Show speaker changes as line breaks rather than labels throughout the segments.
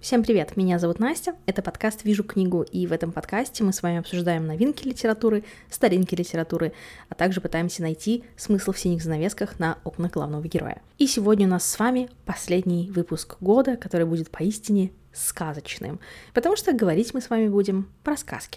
Всем привет, меня зовут Настя, это подкаст «Вижу книгу», и в этом подкасте мы с вами обсуждаем новинки литературы, старинки литературы, а также пытаемся найти смысл в синих занавесках на окнах главного героя. И сегодня у нас с вами последний выпуск года, который будет поистине сказочным, потому что говорить мы с вами будем про сказки.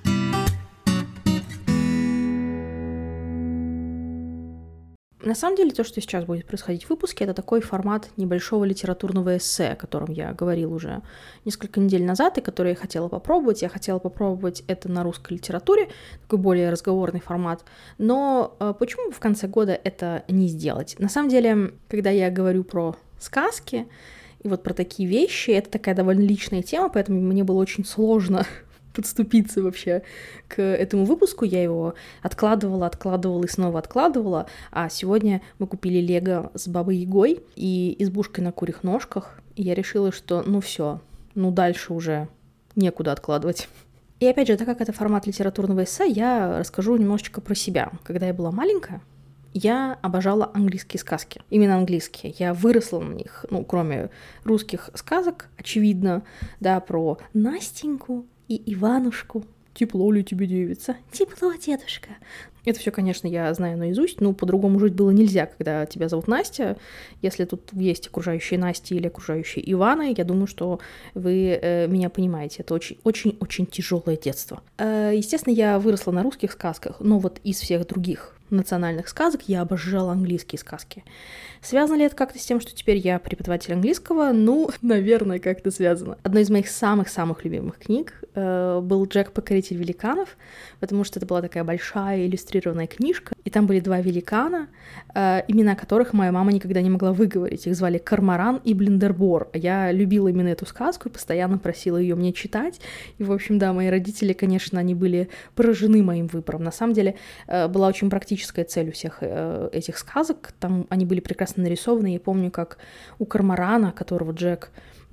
На самом деле, то, что сейчас будет происходить в выпуске, это такой формат небольшого литературного эссе, о котором я говорила уже несколько недель назад, и который я хотела попробовать. Я хотела попробовать это на русской литературе, такой более разговорный формат. Но почему в конце года это не сделать? На самом деле, когда я говорю про сказки и вот про такие вещи, это такая довольно личная тема, поэтому мне было очень сложно подступиться вообще к этому выпуску. Я его откладывала и снова откладывала. А сегодня мы купили Лего с Бабой Ягой и избушкой на курьих ножках. И я решила, что все, дальше уже некуда откладывать. И опять же, так как это формат литературного эссе, я расскажу немножечко про себя. Когда я была маленькая, я обожала английские сказки. Именно английские. Я выросла на них, кроме русских сказок, очевидно, да, про Настеньку и Иванушку. Тепло ли тебе, девица? Тепло, дедушка. Это все, конечно, я знаю наизусть, по-другому жить было нельзя, когда тебя зовут Настя. Если тут есть окружающие Насти или окружающие Иваны, я думаю, что вы меня понимаете. Это очень-очень тяжелое детство. Естественно, я выросла на русских сказках, но вот из всех других национальных сказок я обожала английские сказки. Связано ли это как-то с тем, что теперь я преподаватель английского? Наверное, как-то связано. Одной из моих самых-самых любимых книг был «Джек Покоритель великанов», потому что это была такая большая иллюстрированная книжка, и там были два великана, имена которых моя мама никогда не могла выговорить. Их звали Корморан и Блиндербор. Я любила именно эту сказку и постоянно просила ее мне читать. И, в общем, да, мои родители, конечно, они были поражены моим выбором. На самом деле, была очень практическая цель у всех этих сказок. Там они были прекрасно нарисованы. Я помню, как у Корморана, которого Джек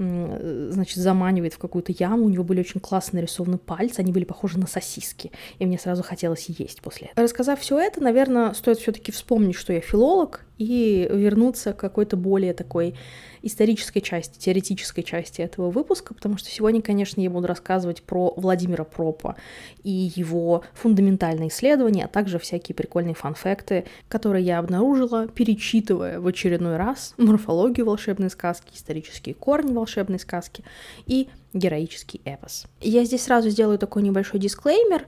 заманивает в какую-то яму, у него были очень классно нарисованы пальцы, они были похожи на сосиски, и мне сразу хотелось есть после этого. Рассказав все это, наверное, стоит все-таки вспомнить, что я филолог, и вернуться к какой-то более такой исторической части, теоретической части этого выпуска, потому что сегодня, конечно, я буду рассказывать про Владимира Пропа и его фундаментальные исследования, а также всякие прикольные фан-факты, которые я обнаружила, перечитывая в очередной раз морфологию волшебной сказки, исторические корни волшебной сказки и героический эпос. Я здесь сразу сделаю такой небольшой дисклеймер.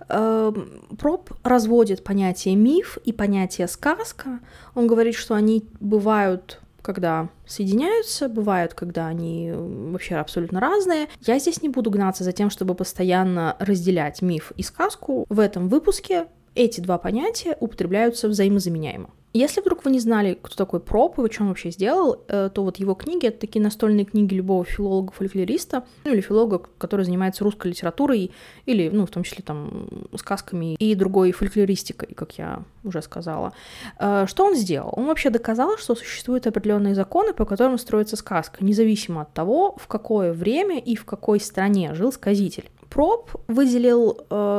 Проп разводит понятие миф и понятие сказка. Он говорит, что они бывают, когда соединяются, бывают, когда они вообще абсолютно разные. Я здесь не буду гнаться за тем, чтобы постоянно разделять миф и сказку. В этом выпуске эти два понятия употребляются взаимозаменяемо. Если вдруг вы не знали, кто такой Проп и что он вообще сделал, то вот его книги — это такие настольные книги любого филолога-фольклориста, или филолога, который занимается русской литературой, или, в том числе, сказками и другой фольклористикой, как я уже сказала. Что он сделал? Он вообще доказал, что существуют определенные законы, по которым строится сказка, независимо от того, в какое время и в какой стране жил сказитель. Проп выделил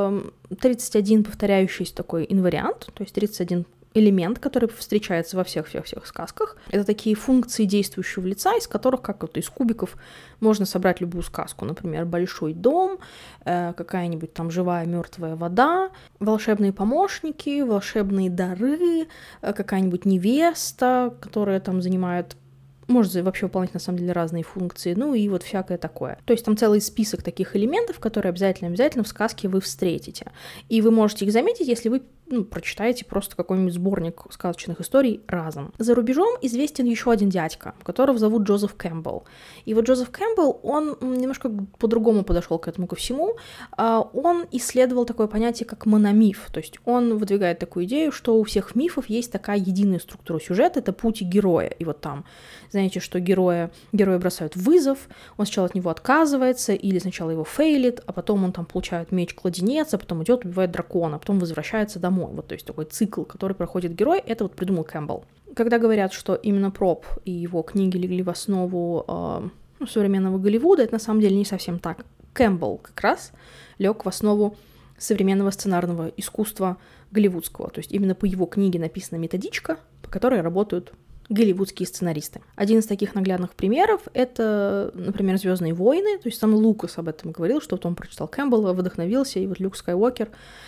31 повторяющийся такой инвариант, то есть 31 элемент, который встречается во всех сказках. Это такие функции действующего лица, из которых, как вот из кубиков, можно собрать любую сказку. Например, большой дом, какая-нибудь там живая мертвая вода, волшебные помощники, волшебные дары, какая-нибудь невеста, которая там занимает, может вообще выполнять, на самом деле, разные функции, и вот всякое такое. То есть там целый список таких элементов, которые обязательно в сказке вы встретите. И вы можете их заметить, если вы прочитаете просто какой-нибудь сборник сказочных историй разом. За рубежом известен еще один дядька, которого зовут Джозеф Кэмпбелл. И вот Джозеф Кэмпбелл, он немножко по-другому подошел к этому ко всему. Он исследовал такое понятие, как мономиф. То есть он выдвигает такую идею, что у всех мифов есть такая единая структура сюжета, это путь героя. И вот там, знаете, что героя бросают вызов, он сначала от него отказывается, или сначала его фейлит, а потом он там получает меч-кладенец, а потом идет, убивает дракона, а потом возвращается домой. Вот, то есть такой цикл, который проходит герой, это вот придумал Кэмпбелл. Когда говорят, что именно Проп и его книги легли в основу современного Голливуда, это на самом деле не совсем так. Кэмпбелл как раз лег в основу современного сценарного искусства голливудского. То есть именно по его книге написана методичка, по которой работают голливудские сценаристы. Один из таких наглядных примеров — это, например, «Звездные войны». То есть сам Лукас об этом говорил, что вот он прочитал Кэмпбелла, вдохновился, и вот Люк Скайуокер,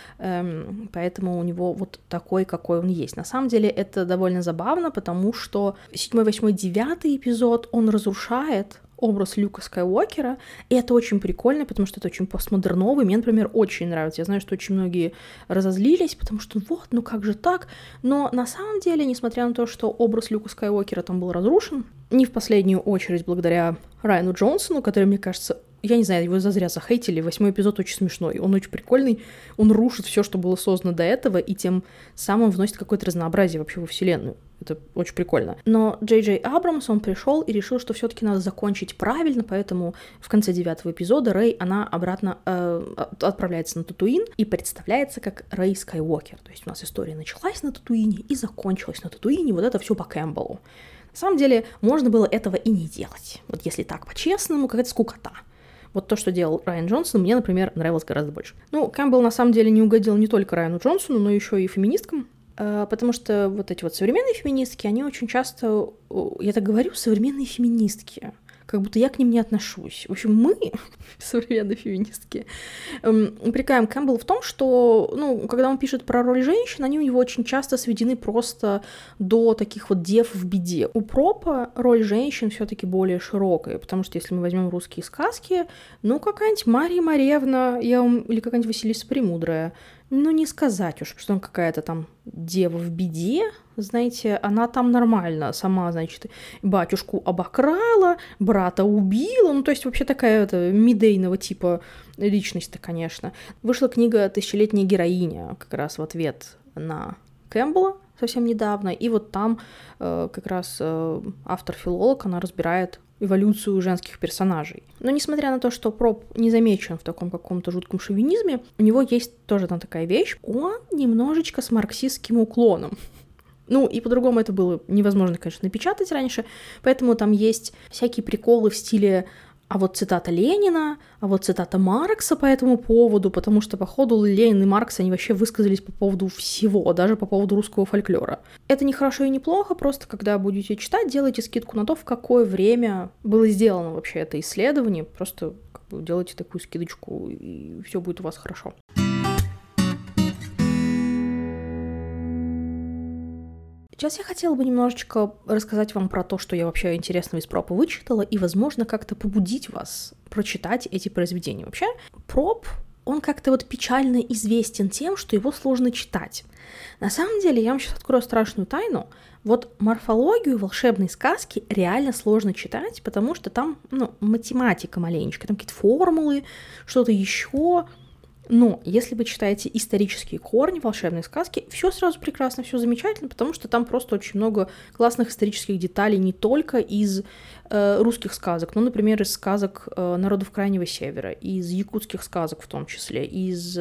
поэтому у него вот такой, какой он есть. На самом деле это довольно забавно, потому что 7, 8, 9 эпизод он разрушает образ Люка Скайуокера, и это очень прикольно, потому что это очень постмодерновый. Мне, например, очень нравится. Я знаю, что очень многие разозлились, потому что вот, ну как же так? Но на самом деле, несмотря на то, что образ Люка Скайуокера там был разрушен, не в последнюю очередь благодаря Райану Джонсону, который, мне кажется, я не знаю, его зазря захейтили, 8 эпизод очень смешной, он очень прикольный, он рушит все, что было создано до этого, и тем самым вносит какое-то разнообразие вообще во вселенную. Это очень прикольно. Но Джей Джей Абрамс, он пришел и решил, что все-таки надо закончить правильно, поэтому в конце 9 эпизода Рэй, она обратно отправляется на Татуин и представляется как Рэй Скайуокер. То есть у нас история началась на Татуине и закончилась на Татуине, вот это все по Кэмпбеллу. На самом деле, можно было этого и не делать. Вот если так по-честному, какая-то скукота. Вот то, что делал Райан Джонсон, мне, например, нравилось гораздо больше. Ну, Кэмпбелл на самом деле не угодил не только Райану Джонсону, но еще и феминисткам, потому что вот эти вот современные феминистки, они очень часто, я так говорю, современные феминистки, как будто я к ним не отношусь. В общем, мы, современные феминистки, упрекаем Кэмпбелла в том, что, ну, когда он пишет про роль женщин, они у него очень часто сведены просто до таких вот дев в беде. У Пропа роль женщин все-таки более широкая, потому что если мы возьмем русские сказки, ну, какая-нибудь Марья Моревна или какая-нибудь Василиса Премудрая, ну, не сказать уж, что он какая-то там дева в беде, знаете, она там нормально сама, значит, батюшку обокрала, брата убила, ну, то есть вообще такая мидейного типа личность-то, конечно. Вышла книга «Тысячелетняя героиня», как раз в ответ на Кэмпбелла совсем недавно, и вот там как раз автор-филолог, она разбирает эволюцию женских персонажей. Но несмотря на то, что Проб не замечен в таком каком-то жутком шовинизме, у него есть тоже там такая вещь, он немножечко с марксистским уклоном. Ну, и по-другому это было невозможно, конечно, напечатать раньше, поэтому там есть всякие приколы в стиле а вот цитата Ленина, а вот цитата Маркса по этому поводу, потому что, походу, Ленин и Маркс, они вообще высказались по поводу всего, даже по поводу русского фольклора. Это не хорошо и не плохо, просто когда будете читать, делайте скидку на то, в какое время было сделано вообще это исследование, просто делайте такую скидочку, и все будет у вас хорошо. Сейчас я хотела бы немножечко рассказать вам про то, что я вообще интересного из Пропа вычитала, и, возможно, как-то побудить вас прочитать эти произведения. Вообще, Проб, он как-то вот печально известен тем, что его сложно читать. На самом деле, я вам сейчас открою страшную тайну. Вот морфологию волшебной сказки реально сложно читать, потому что там, математика маленечко, там какие-то формулы, что-то еще. Но если вы читаете исторические корни волшебной сказки, все сразу прекрасно, все замечательно, потому что там просто очень много классных исторических деталей не только из русских сказок, но, например, из сказок народов Крайнего Севера, из якутских сказок в том числе, из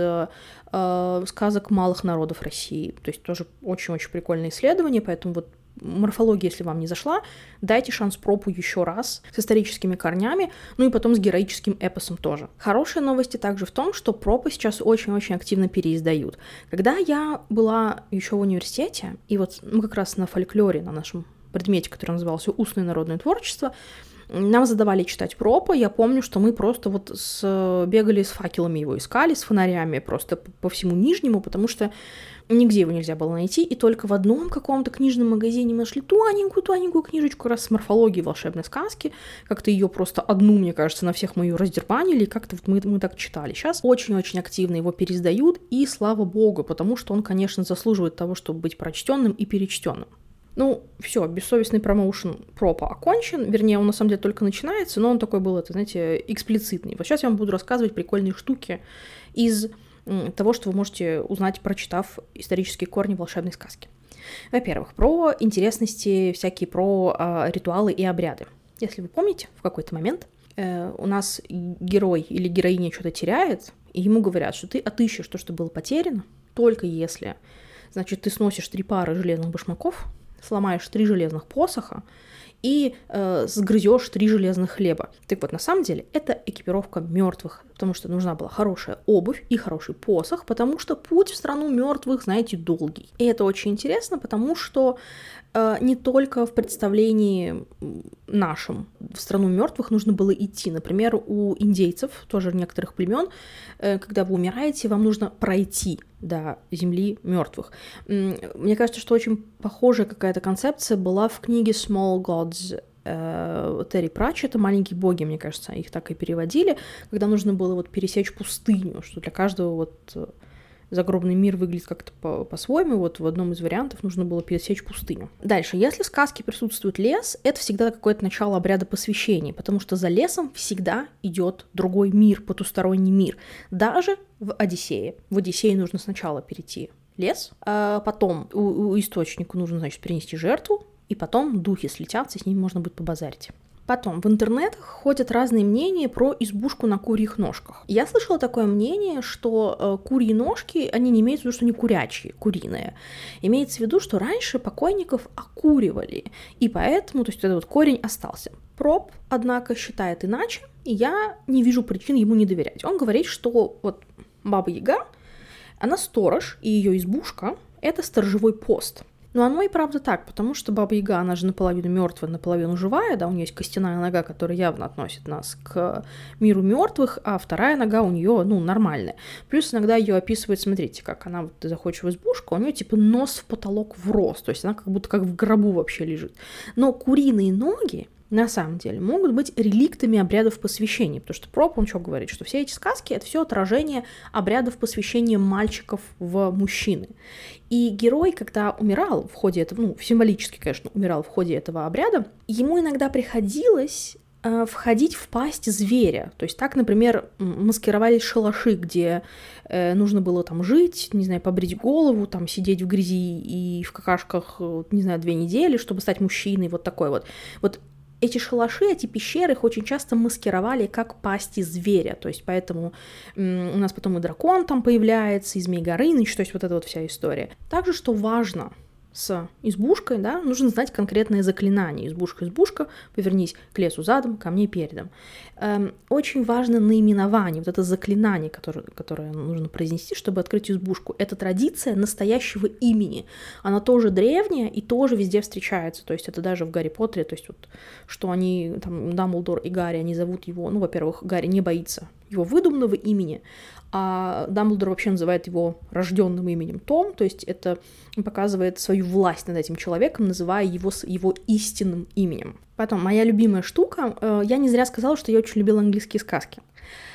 сказок малых народов России. То есть тоже очень-очень прикольное исследование, поэтому вот морфология, если вам не зашла, дайте шанс Пропу еще раз с историческими корнями, ну и потом с героическим эпосом тоже. Хорошие новости также в том, что Пропа сейчас очень-очень активно переиздают. Когда я была еще в университете, и вот мы как раз на фольклоре, на нашем предмете, который назывался «Устное народное творчество», нам задавали читать Пропа, я помню, что мы просто вот бегали с факелами его искали, с фонарями просто по всему Нижнему, потому что нигде его нельзя было найти, и только в одном каком-то книжном магазине мы нашли тоненькую книжечку как раз с морфологией волшебной сказки, как-то ее просто одну, мне кажется, на всех мы ее раздербанили, и как-то вот мы так читали. Сейчас очень-очень активно его переиздают, и слава богу, потому что он, конечно, заслуживает того, чтобы быть прочтенным и перечтенным. Ну, все, бессовестный промоушен Пропа окончен, вернее, он на самом деле только начинается, но он такой был, это, знаете, эксплицитный. Вот сейчас я вам буду рассказывать прикольные штуки из того, что вы можете узнать, прочитав исторические корни волшебной сказки. Во-первых, про интересности всякие, про ритуалы и обряды. Если вы помните, в какой-то момент у нас герой или героиня что-то теряет, и ему говорят, что ты отыщешь то, что было потеряно, только если, значит, ты сносишь 3 пары железных башмаков, сломаешь 3 железных посоха и сгрызешь 3 железных хлеба. Так вот, на самом деле, это экипировка мертвых, потому что нужна была хорошая обувь и хороший посох, потому что путь в страну мертвых, знаете, долгий. И это очень интересно, потому что не только в представлении нашем в страну мертвых нужно было идти. Например, у индейцев, тоже некоторых племен, когда вы умираете, вам нужно пройти до земли мертвых. Мне кажется, что очень похожая какая-то концепция была в книге Small Gods Терри Пратчетта «Маленькие боги», мне кажется, их так и переводили, когда нужно было вот пересечь пустыню, что для каждого вот загробный мир выглядит как-то по-своему, вот в одном из вариантов нужно было пересечь пустыню. Дальше, если в сказке присутствует лес, это всегда какое-то начало обряда посвящения, потому что за лесом всегда идет другой мир, потусторонний мир. Даже в Одиссее. В Одиссее нужно сначала перейти лес, а потом у источника нужно, значит, принести жертву, и потом духи слетятся, и с ними можно будет побазарить. Потом, в интернетах ходят разные мнения про избушку на курьих ножках. Я слышала такое мнение, что курьи ножки, они не имеются в виду, что они курячие, куриные. Имеется в виду, что раньше покойников окуривали, и поэтому, то есть этот вот корень остался. Проб, однако, считает иначе, и я не вижу причин ему не доверять. Он говорит, что вот Баба Яга, она сторож, и ее избушка — это сторожевой пост. Но оно и правда так, потому что Баба Яга, она же наполовину мертвая, наполовину живая, да, у нее есть костяная нога, которая явно относит нас к миру мертвых, а вторая нога у нее, ну, нормальная. Плюс иногда ее описывают, смотрите, как она, вот ты заходишь в избушку, у нее типа нос в потолок врос, то есть она как будто как в гробу вообще лежит. Но куриные ноги, на самом деле, могут быть реликтами обрядов посвящения, потому что Проб, он что говорит, что все эти сказки — это все отражение обрядов посвящения мальчиков в мужчины. И герой, когда умирал в ходе этого, ну, символически, конечно, умирал в ходе этого обряда, ему иногда приходилось входить в пасть зверя. То есть так, например, маскировались шалаши, где нужно было там жить, не знаю, побрить голову, там сидеть в грязи и в какашках, не знаю, 2 недели, чтобы стать мужчиной, вот такой вот. Вот эти шалаши, эти пещеры их очень часто маскировали как пасти зверя, то есть поэтому у нас потом и дракон там появляется, и Змей Горыныч, то есть вот эта вот вся история. Также, что важно с избушкой, да, нужно знать конкретное заклинание. Избушка, повернись к лесу задом, ко мне передом. Очень важно наименование, вот это заклинание, которое нужно произнести, чтобы открыть избушку. Это традиция настоящего имени. Она тоже древняя и тоже везде встречается. То есть это даже в Гарри Поттере, то есть вот, что они, там, Дамблдор и Гарри, они зовут его, ну, во-первых, Гарри не боится его выдуманного имени, а Дамблдор вообще называет его рожденным именем Том, то есть это показывает свою власть над этим человеком, называя его истинным именем. Потом, моя любимая штука, я не зря сказала, что я очень любила английские сказки.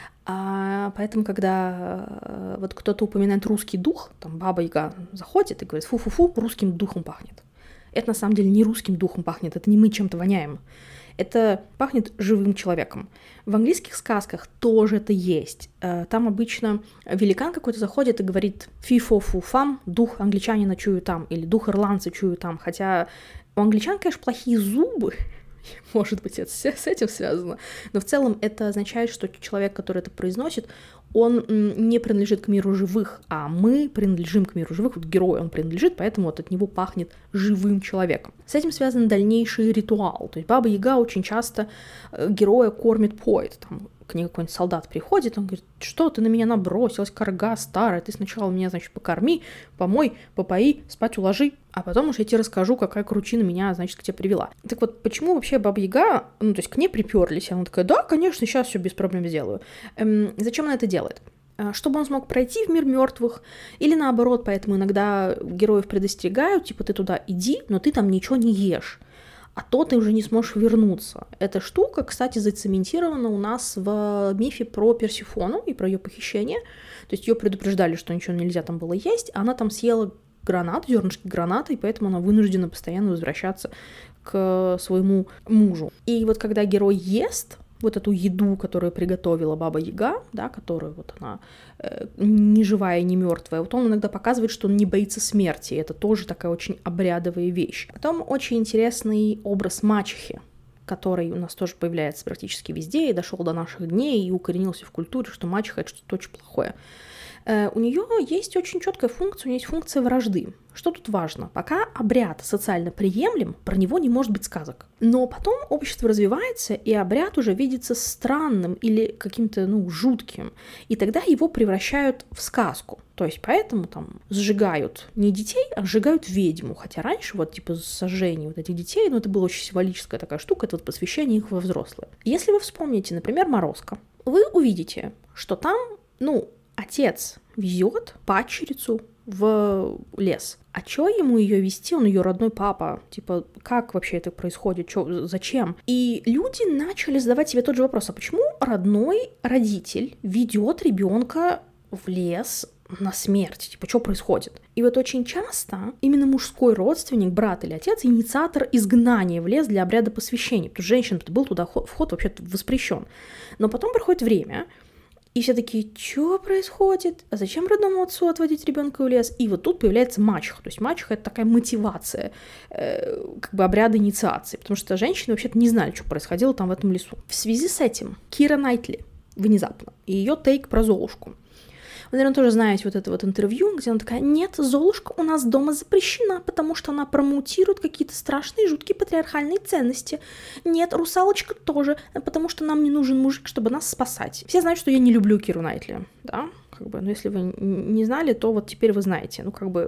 Поэтому, когда вот кто-то упоминает русский дух, там Баба Яга заходит и говорит: фу-фу-фу, русским духом пахнет. Это на самом деле не русским духом пахнет, это не мы чем-то воняем. Это пахнет живым человеком. В английских сказках тоже это есть. Там обычно великан какой-то заходит и говорит: фи-фо-фу-фам, дух англичанина чую там, или дух ирландца чую там. Хотя у англичан, конечно, плохие зубы, может быть, это с этим связано, но в целом это означает, что человек, который это произносит, он не принадлежит к миру живых, а мы принадлежим к миру живых, вот герой он принадлежит, поэтому вот от него пахнет живым человеком. С этим связан дальнейший ритуал, то есть Баба Яга очень часто героя кормит, поет, там к ней какой-нибудь солдат приходит, он говорит: что ты на меня набросилась, карга старая, ты сначала меня, значит, покорми, помой, попои, спать уложи, а потом уж я тебе расскажу, какая кручина меня, значит, к тебе привела. Так вот, почему вообще Баба Яга, ну, то есть к ней приперлись, она такая: да, конечно, сейчас все без проблем сделаю. Зачем она это делает? Чтобы он смог пройти в мир мертвых, или наоборот, поэтому иногда героев предостерегают, типа: ты туда иди, но ты там ничего не ешь, а то ты уже не сможешь вернуться. Эта штука, кстати, зацементирована у нас в мифе про Персефону и про ее похищение. То есть ее предупреждали, что ничего нельзя там было есть, а она там съела зернышки граната, и поэтому она вынуждена постоянно возвращаться к своему мужу. И вот когда герой ест вот эту еду, которую приготовила Баба Яга, да, которую вот она не живая, не мертвая, вот он иногда показывает, что он не боится смерти. Это тоже такая очень обрядовая вещь. Потом очень интересный образ мачехи, который у нас тоже появляется практически везде и дошел до наших дней и укоренился в культуре, что мачеха — это что-то очень плохое. У нее есть очень четкая функция, у нее есть функция вражды. Что тут важно? Пока обряд социально приемлем, про него не может быть сказок. Но потом общество развивается, и обряд уже видится странным или каким-то, жутким. И тогда его превращают в сказку. То есть поэтому там сжигают не детей, а сжигают ведьму. Хотя раньше сожжение этих детей, это была очень символическая такая штука, это посвящение их во взрослые. Если вы вспомните, например, Морозко, вы увидите, что там, отец везет падчерицу в лес. А чё ему ее вести? Он ее родной папа. Как вообще это происходит? Зачем? И люди начали задавать себе тот же вопрос. А почему родной родитель ведет ребенка в лес на смерть? Что происходит? И очень часто именно мужской родственник, брат или отец, инициатор изгнания в лес для обряда посвящения. Потому что женщин был туда вход вообще-то воспрещен. Но потом проходит время, и все такие, что происходит? А зачем родному отцу отводить ребенка в лес? И тут появляется мачеха. То есть мачеха — это такая мотивация, обряда инициации. Потому что женщины вообще-то не знали, что происходило там в этом лесу. В связи с этим Кира Найтли внезапно, и ее тейк про Золушку. Вы, наверное, тоже знаете это интервью, где она такая: нет, Золушка у нас дома запрещена, потому что она промоутирует какие-то страшные, жуткие патриархальные ценности. Нет, Русалочка тоже, потому что нам не нужен мужик, чтобы нас спасать. Все знают, что я не люблю Киру Найтли, да? Если вы не знали, то теперь вы знаете.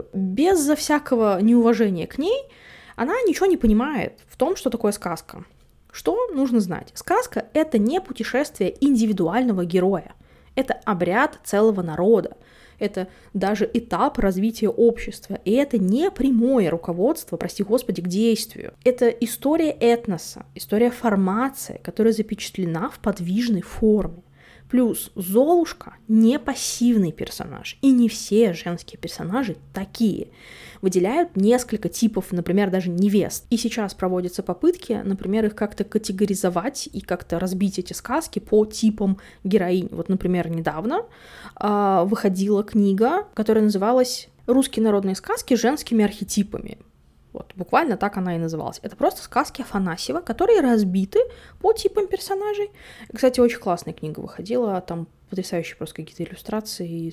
Без всякого неуважения к ней она ничего не понимает в том, что такое сказка. Что нужно знать? Сказка — это не путешествие индивидуального героя. Это обряд целого народа. Это даже этап развития общества. И это не прямое руководство, прости господи, к действию. Это история этноса, история формации, которая запечатлена в подвижной форме. Плюс Золушка не пассивный персонаж, и не все женские персонажи такие. Выделяют несколько типов, например, даже невест. И сейчас проводятся попытки, например, их как-то категоризовать и как-то разбить эти сказки по типам героинь. Например, недавно выходила книга, которая называлась «Русские народные сказки с женскими архетипами». Буквально так она и называлась. Это просто сказки Афанасьева, которые разбиты по типам персонажей. Кстати, очень классная книга выходила, там потрясающие просто какие-то иллюстрации,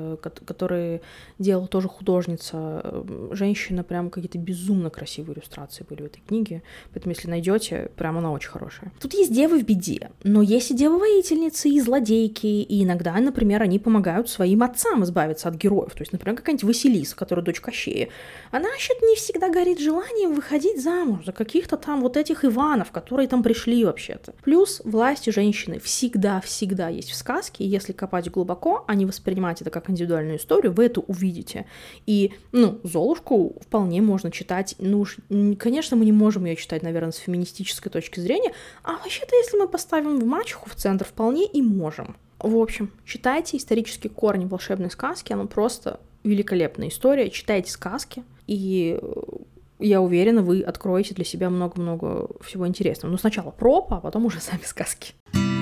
которые делала тоже художница. Женщина, прям какие-то безумно красивые иллюстрации были в этой книге. Поэтому, если найдете, прям она очень хорошая. Тут есть девы в беде, но есть и девы-воительницы, и злодейки, и иногда, например, они помогают своим отцам избавиться от героев. То есть, например, какая-нибудь Василиса, которая дочь Кощея. Она вообще-то не всегда горит желанием выходить замуж за каких-то там этих Иванов, которые там пришли вообще-то. Плюс власть женщины всегда есть в сказке. И если копать глубоко, а не воспринимать это как индивидуальную историю, вы это увидите. И, Золушку вполне можно читать. Конечно, мы не можем ее читать, наверное, с феминистической точки зрения, а вообще-то, если мы поставим в мачеху в центр, вполне и можем. В общем, читайте исторические корни волшебной сказки, она просто великолепная история. Читайте сказки, и я уверена, вы откроете для себя много-много всего интересного. Но сначала пропа, а потом уже сами сказки.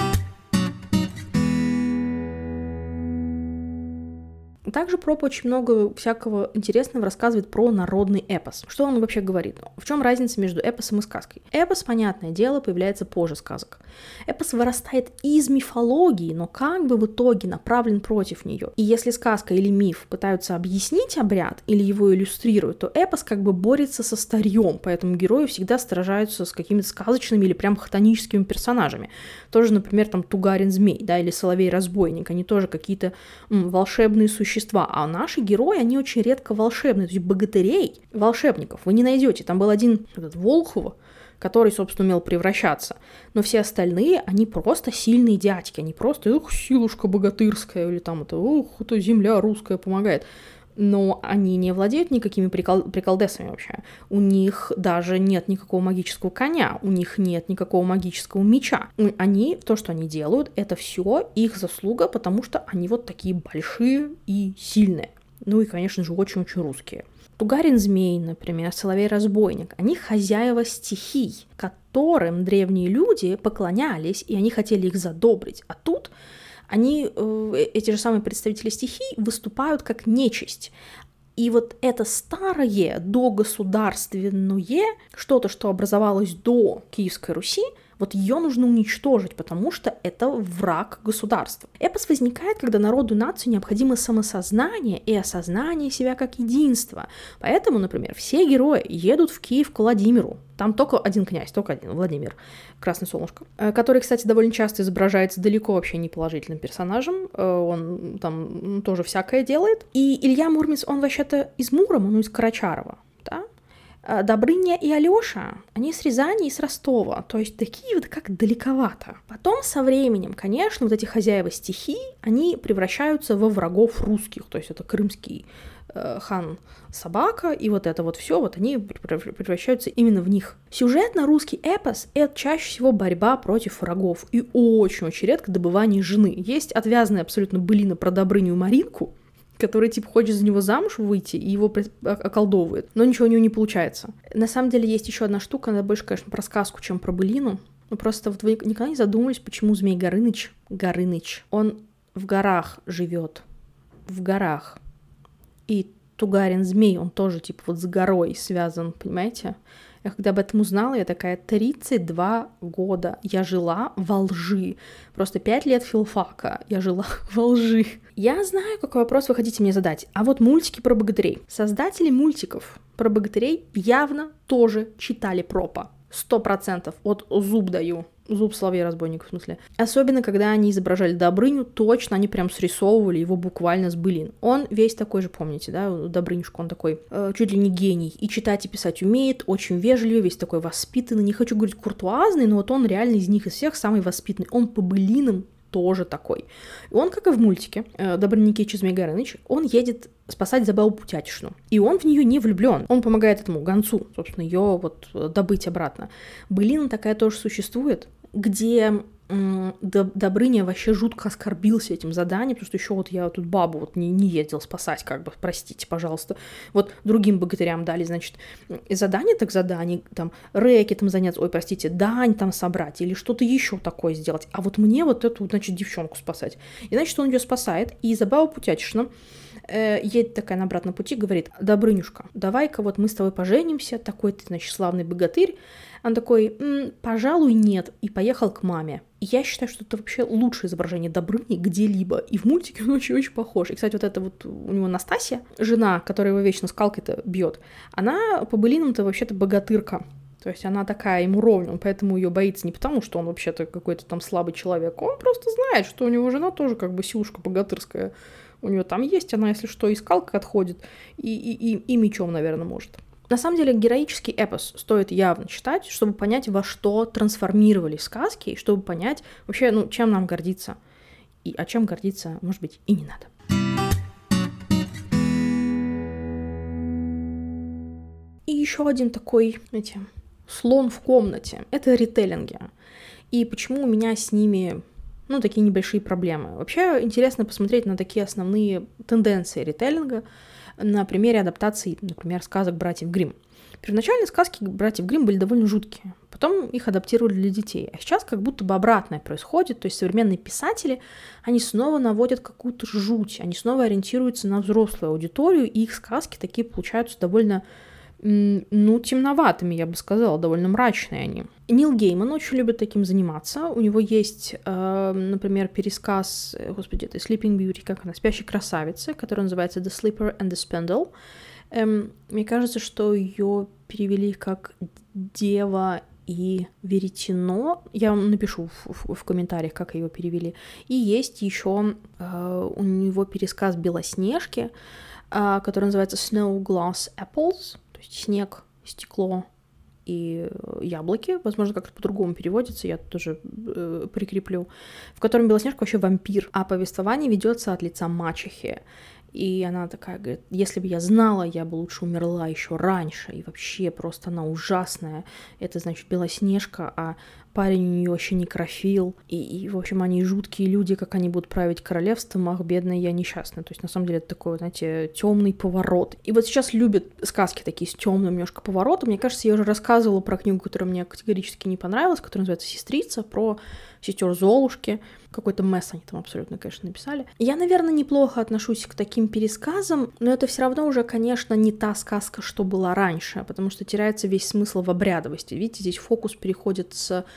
Также Проп очень много всякого интересного рассказывает про народный эпос. Что он вообще говорит? В чем разница между эпосом и сказкой? Эпос, понятное дело, появляется позже сказок. Эпос вырастает из мифологии, но в итоге направлен против нее. И если сказка или миф пытаются объяснить обряд или его иллюстрируют, то эпос борется со старьем, поэтому герои всегда сражаются с какими-то сказочными или прям хтоническими персонажами. Тоже, например, Тугарин-змей, или Соловей-разбойник, они тоже какие-то волшебные существа. А наши герои, они очень редко волшебные. То есть богатырей, волшебников вы не найдете. Там был один Волхов, который, собственно, умел превращаться. Но все остальные, они просто сильные дядьки. Они просто, силушка богатырская, или это земля русская помогает. Но они не владеют никакими приколдесами вообще. У них даже нет никакого магического коня, у них нет никакого магического меча. То, что они делают, это все их заслуга, потому что они такие большие и сильные. И, конечно же, очень-очень русские. Тугарин-змей, например, Соловей-разбойник, они хозяева стихий, которым древние люди поклонялись, и они хотели их задобрить. А тут эти же самые представители стихий, выступают как нечисть. И это старое догосударственное, что-то, что образовалось до Киевской Руси, Вот ее нужно уничтожить, потому что это враг государства. Эпос возникает, когда народу и нации необходимо самосознание и осознание себя как единства. Поэтому, например, все герои едут в Киев к Владимиру. Там только один князь, только один, Владимир, Красное Солнышко, который, кстати, довольно часто изображается далеко вообще не положительным персонажем, он там тоже всякое делает. И Илья Муромец, он вообще-то из Мурома, из Карачарова, да? Добрыня и Алёша, они с Рязани и с Ростова, то есть такие вот как далековато. Потом со временем, конечно, вот эти хозяева стихий, они превращаются во врагов русских, то есть это крымский хан Собака, и вот это вот все, вот они превращаются именно в них. Сюжетно русский эпос — это чаще всего борьба против врагов, и очень-очень редко добывание жены. Есть отвязная абсолютно былина про Добрыню и Маринку, который, типа, хочет за него замуж выйти и его околдовывает, но ничего у него не получается. На самом деле есть еще одна штука, она больше, конечно, про сказку, чем про былину. Ну, просто вот вы никогда не задумывались, почему Змей Горыныч, он в горах живет, в горах. И Тугарин Змей, он тоже, типа, вот с горой связан, понимаете? Я когда об этом узнала, я такая, 32 года я жила во лжи. Просто 5 лет филфака я жила во лжи. Я знаю, какой вопрос вы хотите мне задать. А вот мультики про богатырей. Создатели мультиков про богатырей явно тоже читали пропа. 100%. Вот зуб даю. Зуб соловей-разбойник, в смысле. Особенно, когда они изображали Добрыню, точно они прям срисовывали его буквально с былин. Он весь такой же, помните, да, Добрынюшка, он такой чуть ли не гений. И читать, и писать умеет, очень вежливый, весь такой воспитанный. Не хочу говорить куртуазный, но вот он реально из них, из всех, самый воспитанный. Он по былинам тоже такой. И он, как и в мультике Добрыня Никитич и Змей Горыныч, он едет спасать Забаву Путятишну. И он в нее не влюблен. Он помогает этому гонцу, собственно, ее вот добыть обратно. Былина такая тоже существует, где Добрыня вообще жутко оскорбился этим заданием, потому что еще вот я тут бабу вот не ездил спасать, как бы, простите, пожалуйста. Вот другим богатырям дали, значит, задание, так задание, там, рэкетом заняться, ой, простите, дань там собрать или что-то еще такое сделать. А вот мне вот эту, значит, девчонку спасать. И, значит, он ее спасает, и Забава Путятишна едет такая на обратном пути, говорит: Добрынюшка, давай-ка вот мы с тобой поженимся, такой ты, значит, славный богатырь. Он такой: пожалуй, нет, и поехал к маме. И я считаю, что это вообще лучшее изображение Добрыни где-либо, и в мультике он очень-очень похож. И, кстати, вот это вот у него Настасья, жена, которая его вечно скалкой-то бьет, она по былинам-то вообще-то богатырка. То есть она такая ему ровня, он поэтому ее боится не потому, что он вообще-то какой-то там слабый человек, он просто знает, что у него жена тоже как бы силушка богатырская. У нее там есть, она, если что, и скалкой отходит, и мечом, наверное, может. На самом деле, героический эпос стоит явно читать, чтобы понять, во что трансформировались сказки, и чтобы понять вообще, чем нам гордиться. И о чем гордиться, может быть, и не надо. И еще один такой, знаете, слон в комнате. Это рителлинги. И почему у меня с ними, такие небольшие проблемы. Вообще интересно посмотреть на такие основные тенденции рителлинга на примере адаптации, например, сказок братьев Гримм. Первоначально сказки братьев Гримм были довольно жуткие, потом их адаптировали для детей, а сейчас как будто бы обратное происходит, то есть современные писатели, они снова наводят какую-то жуть, они снова ориентируются на взрослую аудиторию, и их сказки такие получаются довольно, темноватыми, я бы сказала, довольно мрачные они. Нил Гейман очень любит таким заниматься. У него есть, например, пересказ, это Sleeping Beauty, как она, «Спящей красавицы», который называется The Sleeper and the Spindle. Мне кажется, что ее перевели как «Дева и веретено». Я вам напишу в комментариях, как ее перевели. И есть еще у него пересказ «Белоснежки», который называется Snow Glass Apples, то есть снег, стекло и яблоки, возможно, как-то по-другому переводится, я тоже прикреплю, в котором Белоснежка вообще вампир, а повествование ведется от лица мачехи. И она такая говорит: если бы я знала, я бы лучше умерла еще раньше. И вообще просто она ужасная. Это, значит, Белоснежка, а парень у нее вообще некрофил. И, в общем, они жуткие люди, как они будут править королевством, ах, бедная я несчастная. То есть, на самом деле, это такой, знаете, темный поворот. И вот сейчас любят сказки такие с темным немножко поворотом. Мне кажется, я уже рассказывала про книгу, которая мне категорически не понравилась, которая называется «Сестрица», про сестер Золушки. Какой-то месс они там абсолютно, конечно, написали. Я, наверное, неплохо отношусь к таким пересказам, но это все равно уже, конечно, не та сказка, что была раньше, потому что теряется весь смысл в обрядовости. Видите, здесь фокус переходит с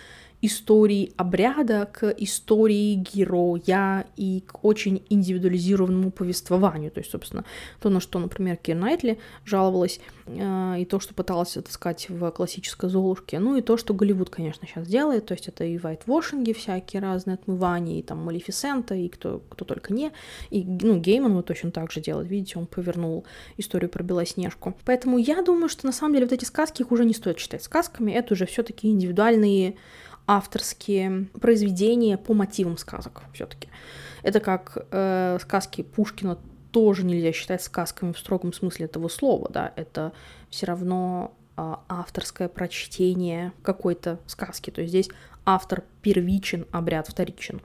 истории обряда к истории героя и к очень индивидуализированному повествованию. То есть, собственно, то, на что, например, Кира Найтли жаловалась, и то, что пыталась отыскать в классической «Золушке», ну и то, что Голливуд, конечно, сейчас делает, то есть это и вайтвошинги всякие разные, отмывания, и там Малефисента, и кто только не, и, ну, Гейман вот точно так же делает, видите, он повернул историю про Белоснежку. Поэтому я думаю, что на самом деле вот эти сказки, их уже не стоит считать сказками, это уже все-таки индивидуальные авторские произведения по мотивам сказок все-таки. Это как сказки Пушкина тоже нельзя считать сказками в строгом смысле этого слова, да, это все равно авторское прочтение какой-то сказки, то есть здесь автор первичен, обряд вторичен.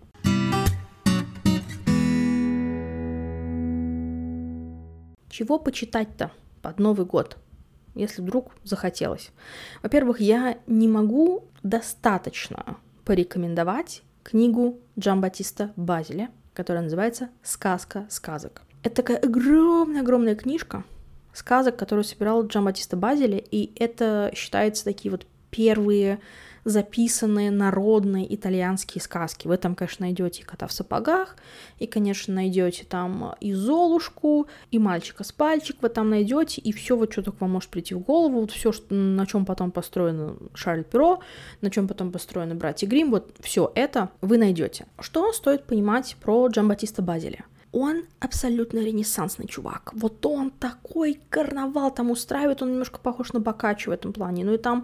Чего почитать-то под Новый год, если вдруг захотелось? Во-первых, я не могу достаточно порекомендовать книгу Джамбаттиста Базеля, которая называется «Сказка сказок». Это такая огромная книжка сказок, которую собирал Джамбаттиста Базеля, и это считается такие вот первые записанные народные итальянские сказки. Вы там, конечно, найдете и кота в сапогах, и, конечно, найдете там и Золушку, и мальчика с пальчик вы там найдете, и все вот, что только вам может прийти в голову, вот все, на чем потом построено Шарль Перро, на чем потом построены братья Гримм, вот все это вы найдете. Что стоит понимать про Джамбаттиста Базеля? Он абсолютно ренессансный чувак. Вот он такой карнавал там устраивает, он немножко похож на Боккаччо в этом плане. Ну и там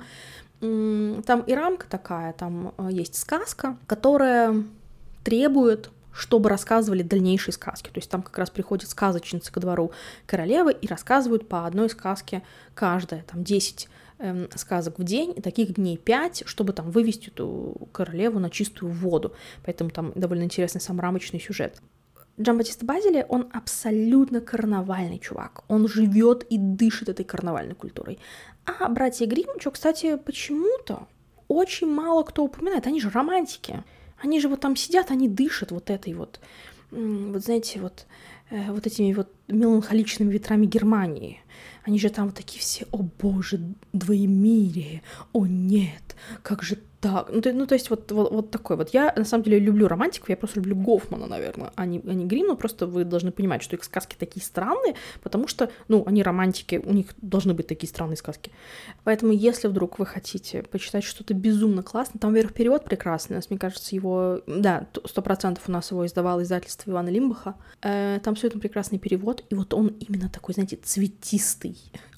и рамка такая, там есть сказка, которая требует, чтобы рассказывали дальнейшие сказки. То есть там как раз приходят сказочницы ко двору королевы и рассказывают по одной сказке каждая, там 10 сказок в день, и таких дней 5, чтобы там вывести эту королеву на чистую воду. Поэтому там довольно интересный сам рамочный сюжет. Джамбаттиста Базеля, он абсолютно карнавальный чувак. Он живет и дышит этой карнавальной культурой. А братья Гримм, что, кстати, почему-то очень мало кто упоминает. Они же романтики. Они же вот там сидят, они дышат вот этой вот, знаете, вот этими вот меланхоличными ветрами Германии. Они же там вот такие все: о боже, двоемирие, о нет, как же так. Ну, то есть вот такой вот. Я, на самом деле, люблю романтику, я просто люблю Гофмана, наверное, а не Гримм, но просто вы должны понимать, что их сказки такие странные, потому что, ну, они романтики, у них должны быть такие странные сказки. Поэтому, если вдруг вы хотите почитать что-то безумно классное, там, во-первых, перевод прекрасный, мне кажется, его, да, 100% у нас его издавало издательство Ивана Лимбаха, там абсолютно прекрасный перевод, и вот он именно такой, знаете, цветистый,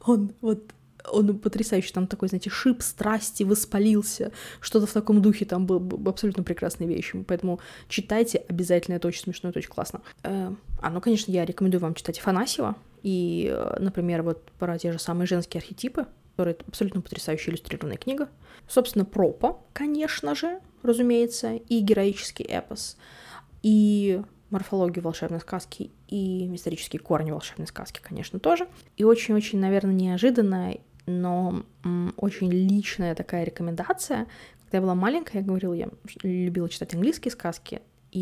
он потрясающий, там такой, знаете, шип страсти воспалился, что-то в таком духе, там был абсолютно прекрасные вещи, поэтому читайте обязательно, это очень смешно, это очень классно. Ну, конечно, я рекомендую вам читать Афанасьева, и, например, вот про те же самые женские архетипы, которые абсолютно потрясающая иллюстрированная книга. Собственно, Пропа, конечно же, разумеется, и героический эпос, и морфологию волшебной сказки, и исторические корни волшебной сказки, конечно, тоже. И очень-очень, наверное, неожиданная, но очень личная такая рекомендация. Когда я была маленькая, я говорила, я любила читать английские сказки,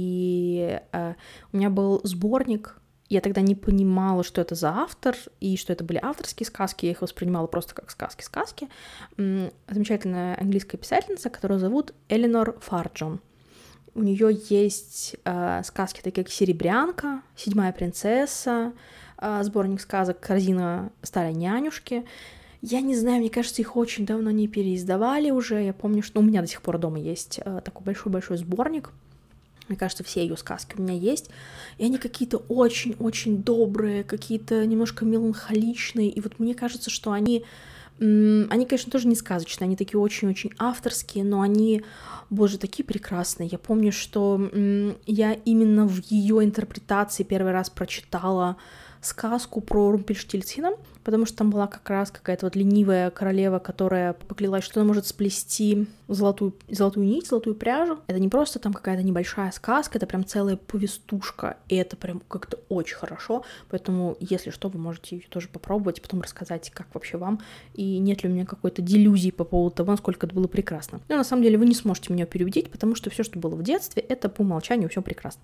и у меня был сборник. Я тогда не понимала, что это за автор, и что это были авторские сказки, я их воспринимала просто как сказки-сказки. Замечательная английская писательница, которую зовут Эленор Фарджон. У нее есть сказки, такие как «Серебрянка», «Седьмая принцесса», сборник сказок «Корзина старой нянюшки». Я не знаю, мне кажется, их очень давно не переиздавали уже. Я помню, что у меня до сих пор дома есть такой большой-большой сборник. Мне кажется, все ее сказки у меня есть. И они какие-то очень-очень добрые, какие-то немножко меланхоличные. И вот мне кажется, что они, конечно, тоже не сказочные, они такие очень-очень авторские, но они, боже, такие прекрасные. Я помню, что я именно в ее интерпретации первый раз прочитала сказку про Румпельштильцхена, потому что там была как раз какая-то вот ленивая королева, которая поклялась, что она может сплести золотую нить, золотую пряжу. Это не просто там какая-то небольшая сказка, это прям целая повестушка, и это прям как-то очень хорошо, поэтому, если что, вы можете ее тоже попробовать, потом рассказать, как вообще вам, и нет ли у меня какой-то делюзии по поводу того, насколько это было прекрасно. Но на самом деле вы не сможете меня переубедить, потому что все, что было в детстве, это по умолчанию все прекрасно.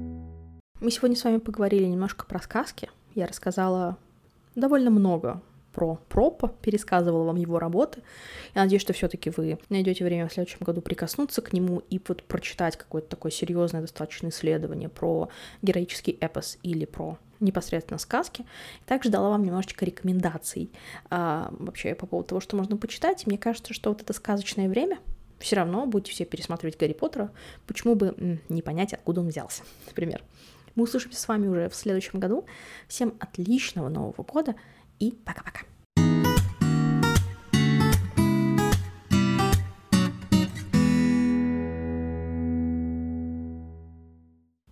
Мы сегодня с вами поговорили немножко про сказки. Я рассказала довольно много про Пропа, пересказывала вам его работы. Я надеюсь, что все-таки вы найдете время в следующем году прикоснуться к нему и вот прочитать какое-то такое серьезное достаточно исследование про героический эпос или про непосредственно сказки. Также дала вам немножечко рекомендаций вообще по поводу того, что можно почитать. И мне кажется, что вот это сказочное время, все равно будете все пересматривать Гарри Поттера, почему бы не понять, откуда он взялся, например. Мы услышимся с вами уже в следующем году. Всем отличного Нового года и пока-пока.